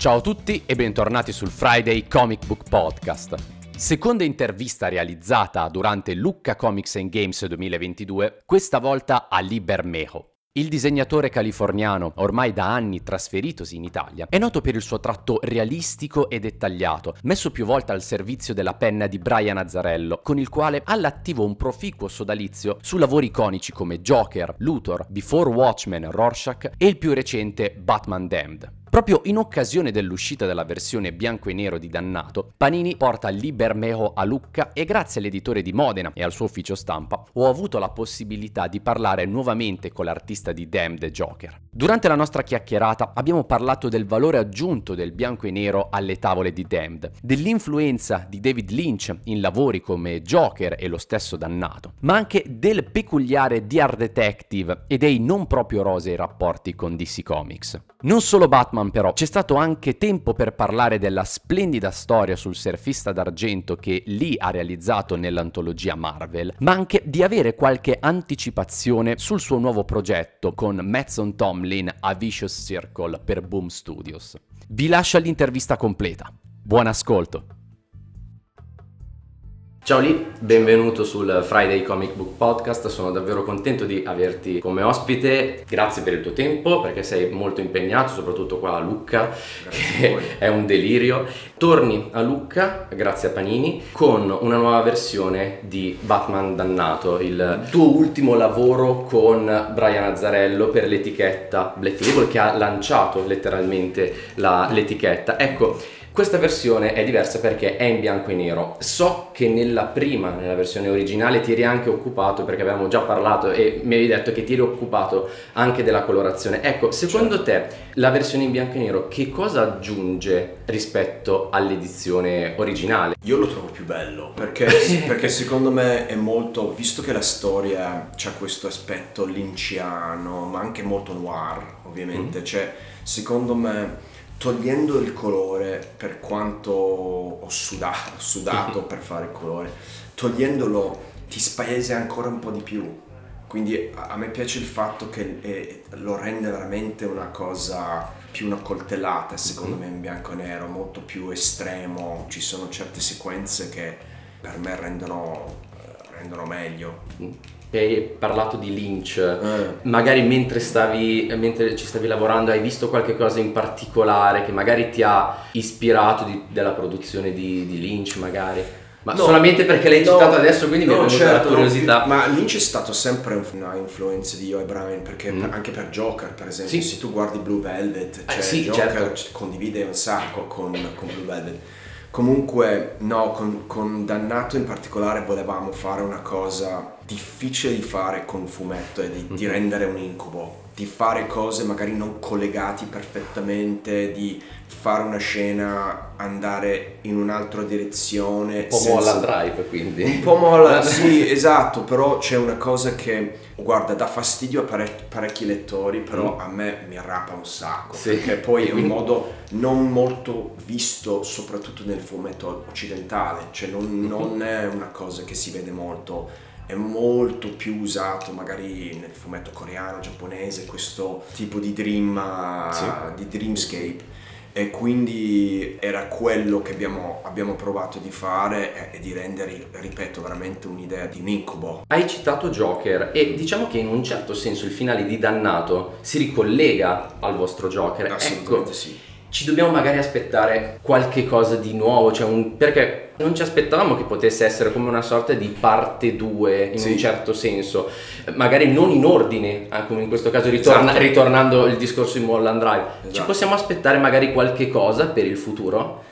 Ciao a tutti e bentornati sul Friday Comic Book Podcast. Seconda intervista realizzata durante Lucca Comics and Games 2022, questa volta a Lee Bermejo. Il disegnatore californiano, ormai da anni trasferitosi in Italia, è noto per il suo tratto realistico e dettagliato, messo più volte al servizio della penna di Brian Azzarello, con il quale ha all'attivo un proficuo sodalizio su lavori iconici come Joker, Luthor, Before Watchmen, Rorschach e il più recente Batman Damned. Proprio in occasione dell'uscita della versione bianco e nero di Dannato, Panini porta Lee Bermejo a Lucca e grazie all'editore di Modena e al suo ufficio stampa ho avuto la possibilità di parlare nuovamente con l'artista di Damned e Joker. Durante la nostra chiacchierata abbiamo parlato del valore aggiunto del bianco e nero alle tavole di Damned, dell'influenza di David Lynch in lavori come Joker e lo stesso Dannato, ma anche del peculiare DR Detective e dei non proprio rosei rapporti con DC Comics. Non solo Batman però, c'è stato anche tempo per parlare della splendida storia sul surfista d'argento che Lee ha realizzato nell'antologia Marvel, ma anche di avere qualche anticipazione sul suo nuovo progetto con Mattson Tomlin a Vicious Circle per Boom Studios. Vi lascio l'intervista completa. Buon ascolto! Ciao Lee, benvenuto sul Friday Comic Book Podcast, sono davvero contento di averti come ospite, grazie per il tuo tempo perché sei molto impegnato, soprattutto qua a Lucca, che è un delirio. Torni a Lucca, grazie a Panini, con una nuova versione di Batman Dannato, il tuo ultimo lavoro con Brian Azzarello per l'etichetta Black Label che ha lanciato letteralmente l'etichetta. Ecco, questa versione è diversa perché è in bianco e nero. So che nella versione originale ti eri anche occupato, perché avevamo già parlato e mi avevi detto che ti eri occupato anche della colorazione. Ecco, secondo te la versione in bianco e nero che cosa aggiunge rispetto all'edizione originale? Io lo trovo più bello perché secondo me è molto, visto che la storia c'ha questo aspetto lynchiano ma anche molto noir ovviamente, cioè secondo me togliendo il colore, per quanto ho sudato per fare il colore, togliendolo ti spaesa ancora un po' di più. Quindi a me piace il fatto che lo rende veramente una cosa più una coltellata, secondo me in bianco e nero, molto più estremo. Ci sono certe sequenze che per me rendono meglio. Hai parlato di Lynch, magari mentre ci stavi lavorando hai visto qualche cosa in particolare che magari ti ha ispirato della produzione di Lynch magari? Ma no, solamente perché l'hai citato adesso, quindi mi è venuta la curiosità. Ma Lynch è stato sempre una influenza di io e Brian, perché anche per Joker, per esempio, se tu guardi Blue Velvet, Joker condivide un sacco con Blue Velvet. Comunque, no, con Dannato in particolare volevamo fare una cosa difficile di fare con un fumetto e di rendere un incubo, di fare cose magari non collegati perfettamente, di fare una scena, andare in un'altra direzione. Un po' Mulholland Drive, quindi. Un po' Mulholland, sì, esatto, però c'è una cosa che, guarda, dà fastidio a parecchi lettori, però a me mi arrapa un sacco, perché poi è un modo non molto visto, soprattutto nel fumetto occidentale, cioè non è una cosa che si vede molto. È molto più usato magari nel fumetto coreano, giapponese, questo tipo di di dreamscape, e quindi era quello che abbiamo provato di fare e di rendere, ripeto, veramente un'idea di un incubo. Hai citato Joker e diciamo che in un certo senso il finale di Dannato si ricollega al vostro Joker. Assolutamente, ecco, sì. Ci dobbiamo magari aspettare qualche cosa di nuovo, perché non ci aspettavamo che potesse essere come una sorta di parte 2 in un certo senso, magari non in ordine, come in questo caso ritornando il discorso di Mulholland Drive. Ci possiamo aspettare magari qualche cosa per il futuro?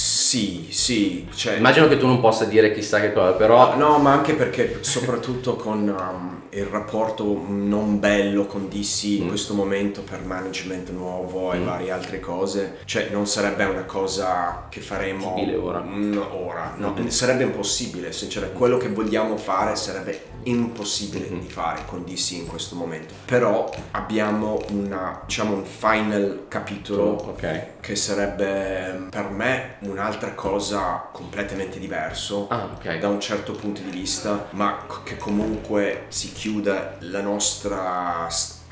Sì, cioè, immagino che tu non possa dire chissà che cosa, però no, ma anche perché soprattutto con il rapporto non bello con DC in questo momento per management nuovo e varie altre cose, cioè non sarebbe una cosa che faremo ora, sarebbe impossibile, sinceramente. Quello che vogliamo fare sarebbe impossibile di fare con DC in questo momento, però abbiamo un final capitolo che sarebbe per me un'altra cosa completamente diverso da un certo punto di vista, ma che comunque si chiude la nostra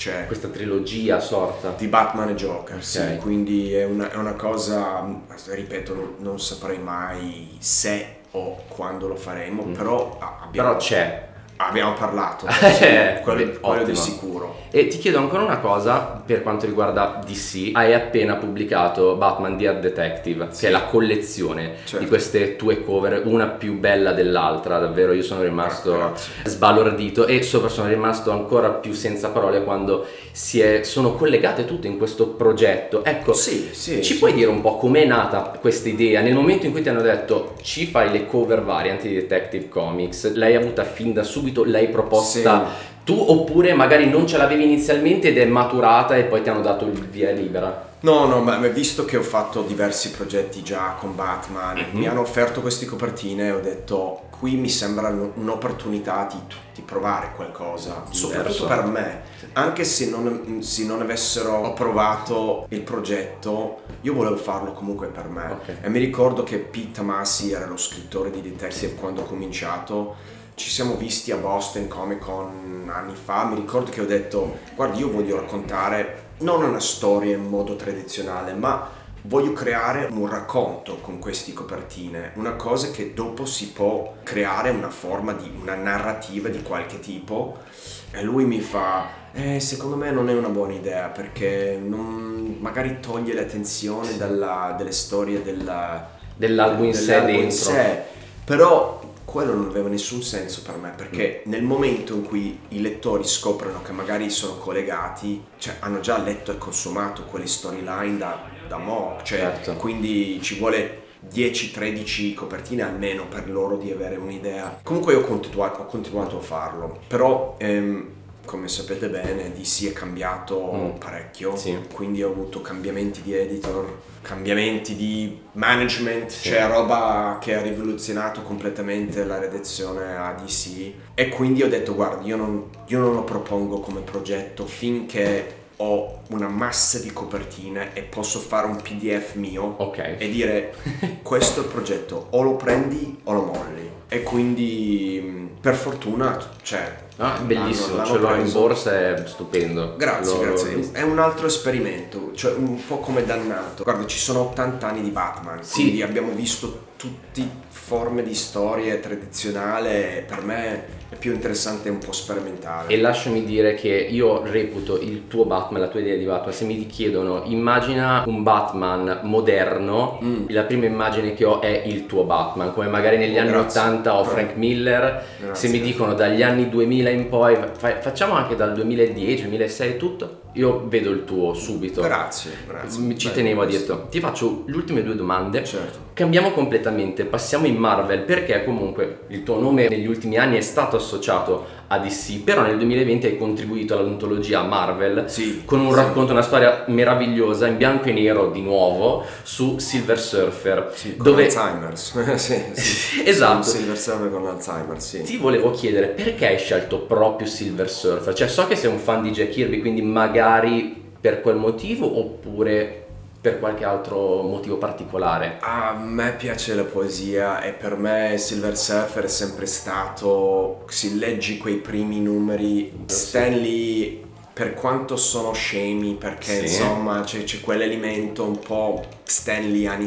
cioè questa trilogia sorta di Batman e Joker, okay. Sì, quindi è una cosa, ripeto, non saprei mai se o quando lo faremo, però c'è. Abbiamo parlato, quello di sicuro. E ti chiedo ancora una cosa per quanto riguarda DC. Hai appena pubblicato Batman Dear Detective, che è la collezione di queste tue cover, una più bella dell'altra, davvero io sono rimasto sbalordito e sopra sono rimasto ancora più senza parole quando sono collegate tutte in questo progetto. Ecco, ci puoi dire un po' com'è nata questa idea? Nel momento in cui ti hanno detto ci fai le cover variant di Detective Comics, l'hai avuta fin da subito? L'hai proposta tu oppure magari non ce l'avevi inizialmente ed è maturata e poi ti hanno dato il via libera? No, ma visto che ho fatto diversi progetti già con Batman, mi hanno offerto queste copertine e ho detto qui mi sembra un'opportunità di provare qualcosa, soprattutto per me, anche se non avessero approvato il progetto, io volevo farlo comunque per me. E mi ricordo che Pete Tomasi era lo scrittore di Detective quando ho cominciato. Ci siamo visti a Boston Comic Con anni fa, mi ricordo che ho detto guarda, io voglio raccontare non una storia in modo tradizionale, ma voglio creare un racconto con queste copertine, una cosa che dopo si può creare una forma di una narrativa di qualche tipo. E lui mi fa secondo me non è una buona idea perché magari toglie l'attenzione delle storie dell'album in sé dentro. Però quello non aveva nessun senso per me, perché nel momento in cui i lettori scoprono che magari sono collegati, cioè hanno già letto e consumato quelle storyline da mo', cioè quindi ci vuole 10-13 copertine almeno per loro di avere un'idea. Comunque ho continuato a farlo, però come sapete bene DC è cambiato parecchio, quindi ho avuto cambiamenti di editor, cambiamenti di management, c'è roba che ha rivoluzionato completamente la redazione a DC e quindi ho detto guarda, io non lo propongo come progetto finché ho una massa di copertine e posso fare un PDF mio e dire questo è il progetto, o lo prendi o lo molli. E quindi per fortuna bellissimo, ce l'ho in borsa, è stupendo. Grazie. È un altro esperimento, cioè un po' come Dannato. Guarda, ci sono 80 anni di Batman, quindi abbiamo visto tutte forme di storie tradizionale. Per me è più interessante un po' sperimentare. E lasciami dire che io reputo il tuo Batman, la tua idea di Batman, se mi chiedono immagina un Batman moderno, la prima immagine che ho è il tuo Batman, come magari negli anni 80 ho Frank Miller. Se mi dicono dagli anni 2000 in poi, facciamo anche dal 2010, 2006 tutto, io vedo il tuo subito. Grazie. Ci tenevo a dirlo. Ti faccio le ultime due domande. Cambiamo completamente, passiamo in Marvel, perché comunque il tuo nome negli ultimi anni è stato associato a DC, però nel 2020 hai contribuito all'antologia Marvel con un racconto, una storia meravigliosa in bianco e nero di nuovo su Silver Surfer, dove Alzheimer's. Esatto. Silver Surfer con Alzheimer's. Ti volevo chiedere perché hai scelto proprio Silver Surfer, cioè so che sei un fan di Jack Kirby, quindi magari per quel motivo oppure per qualche altro motivo particolare? A me piace la poesia e per me Silver Surfer è sempre stato, se leggi quei primi numeri, Stan Lee, per quanto sono scemi, perché insomma c'è quell'elemento un po' Stan Lee anni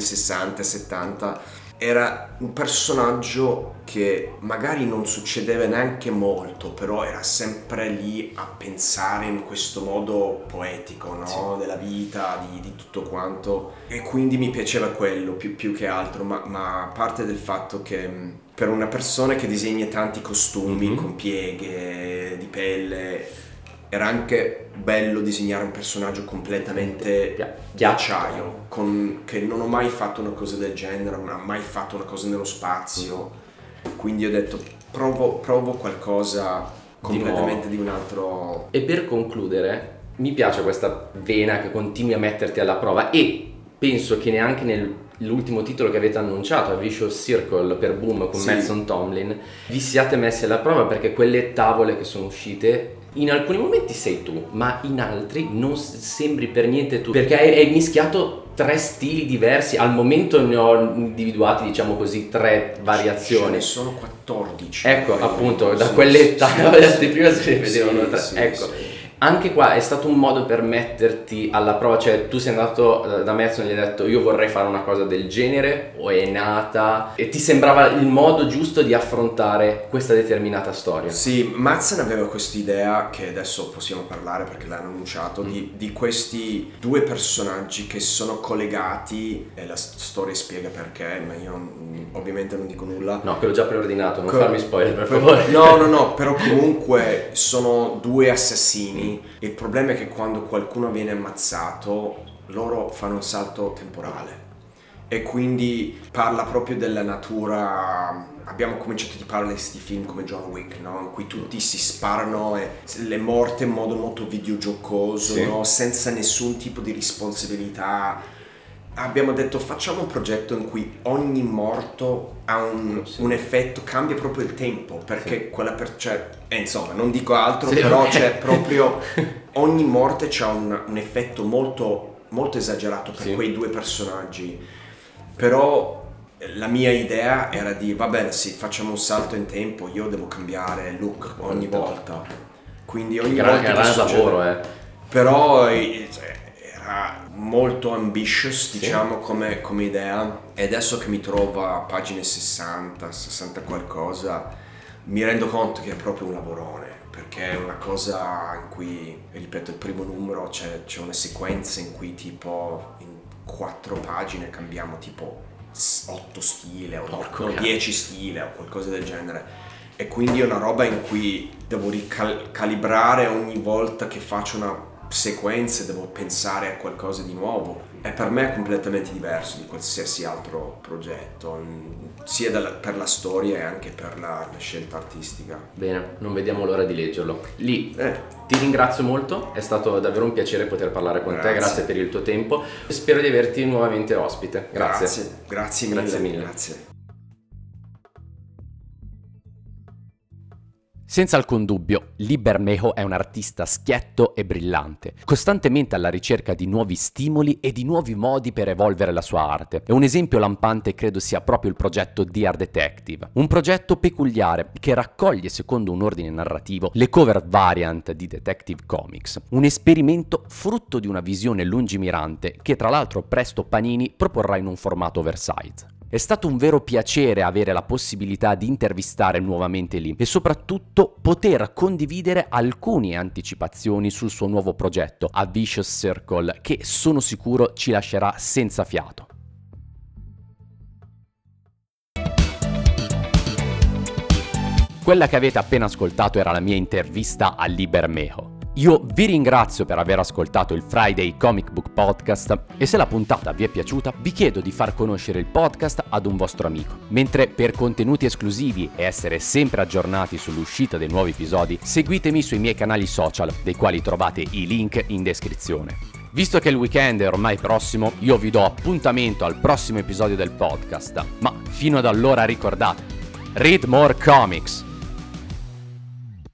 60-70, era un personaggio che magari non succedeva neanche molto, però era sempre lì a pensare in questo modo poetico, no? Della vita, di tutto quanto, e quindi mi piaceva quello più che altro, ma a parte del fatto che per una persona che disegna tanti costumi con pieghe di pelle, era anche bello disegnare un personaggio completamente ghiacciaio, che non ho mai fatto una cosa del genere, non ho mai fatto una cosa nello spazio, quindi ho detto provo qualcosa completamente di un altro. E per concludere, mi piace questa vena che continui a metterti alla prova e penso che neanche nell'ultimo titolo che avete annunciato, A Vicious Circle per Boom con Mason Tomlin, vi siate messi alla prova, perché quelle tavole che sono uscite in alcuni momenti sei tu, ma in altri non sembri per niente tu, perché hai mischiato 3 stili diversi. Al momento ne ho individuati, diciamo così, 3 variazioni. Ce ne sono 14. Ecco, appunto, da quelle tavole prima se ne vedevano 3. Ecco. Anche qua è stato un modo per metterti alla prova, cioè tu sei andato da Madsen e gli hai detto io vorrei fare una cosa del genere, o è nata e ti sembrava il modo giusto di affrontare questa determinata storia? Sì, Madsen aveva quest'idea, che adesso possiamo parlare perché l'hanno annunciato, di questi due personaggi che sono collegati, e la storia spiega perché, ma io ovviamente non dico nulla. No, quello già preordinato, non farmi spoiler per favore. No, però comunque sono due assassini. Il problema è che quando qualcuno viene ammazzato loro fanno un salto temporale e quindi parla proprio della natura. Abbiamo cominciato a parlare di questi film come John Wick, no? In cui tutti si sparano e le morte in modo molto videogiocoso, sì, no? Senza nessun tipo di responsabilità. Abbiamo detto facciamo un progetto in cui ogni morto ha un effetto, cambia proprio il tempo, perché quella insomma non dico altro, però c'è proprio ogni morte c'ha un effetto molto, molto esagerato per quei due personaggi. Però la mia idea era di va bene, sì, facciamo un salto in tempo, io devo cambiare look ogni volta, quindi ogni volta gran lavoro, però era molto ambitious, diciamo, come idea, e adesso che mi trovo a pagine 60 qualcosa mi rendo conto che è proprio un lavorone, perché è una cosa in cui, ripeto, il primo numero c'è una sequenza in cui tipo in 4 pagine cambiamo tipo 8 stile o 10 stile o qualcosa del genere, e quindi è una roba in cui devo ricalibrare ogni volta che faccio una sequenze, devo pensare a qualcosa di nuovo, e per me è completamente diverso di qualsiasi altro progetto, sia per la storia e anche per la scelta artistica. Bene, non vediamo l'ora di leggerlo. Lee, ti ringrazio molto, è stato davvero un piacere poter parlare con te, grazie per il tuo tempo, spero di averti nuovamente ospite. Grazie mille. Grazie. Senza alcun dubbio, Lee Bermejo è un artista schietto e brillante, costantemente alla ricerca di nuovi stimoli e di nuovi modi per evolvere la sua arte. E un esempio lampante credo sia proprio il progetto DR Detective, un progetto peculiare che raccoglie secondo un ordine narrativo le cover variant di Detective Comics, un esperimento frutto di una visione lungimirante che tra l'altro presto Panini proporrà in un formato oversize. È stato un vero piacere avere la possibilità di intervistare nuovamente Lee e soprattutto poter condividere alcune anticipazioni sul suo nuovo progetto, A Vicious Circle, che sono sicuro ci lascerà senza fiato. Quella che avete appena ascoltato era la mia intervista a Lee Bermejo. Io vi ringrazio per aver ascoltato il Friday Comic Book Podcast e se la puntata vi è piaciuta vi chiedo di far conoscere il podcast ad un vostro amico. Mentre per contenuti esclusivi e essere sempre aggiornati sull'uscita dei nuovi episodi, seguitemi sui miei canali social, dei quali trovate i link in descrizione. Visto che il weekend è ormai prossimo, io vi do appuntamento al prossimo episodio del podcast, ma fino ad allora ricordate, read more comics!